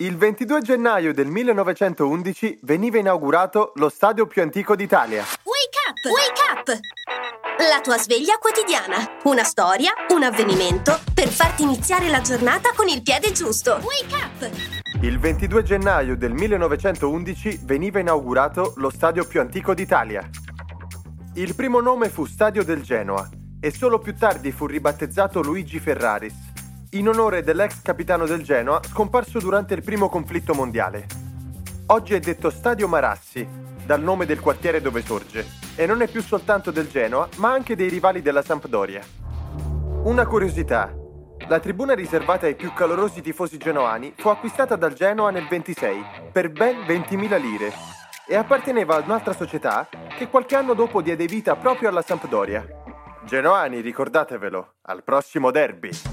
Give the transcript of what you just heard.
Il 22 gennaio del 1911 veniva inaugurato lo stadio più antico d'Italia. Wake up! Wake up! La tua sveglia quotidiana. Una storia, un avvenimento per farti iniziare la giornata con il piede giusto. Wake up! Il 22 gennaio del 1911 veniva inaugurato lo stadio più antico d'Italia. Il primo nome fu Stadio del Genoa e solo più tardi fu ribattezzato Luigi Ferraris, in onore dell'ex capitano del Genoa scomparso durante il primo conflitto mondiale. Oggi è detto Stadio Marassi, dal nome del quartiere dove sorge, e non è più soltanto del Genoa, ma anche dei rivali della Sampdoria. Una curiosità: la tribuna riservata ai più calorosi tifosi genoani fu acquistata dal Genoa nel 26 per ben 20.000 lire e apparteneva ad un'altra società che qualche anno dopo diede vita proprio alla Sampdoria. Genoani, ricordatevelo, al prossimo derby!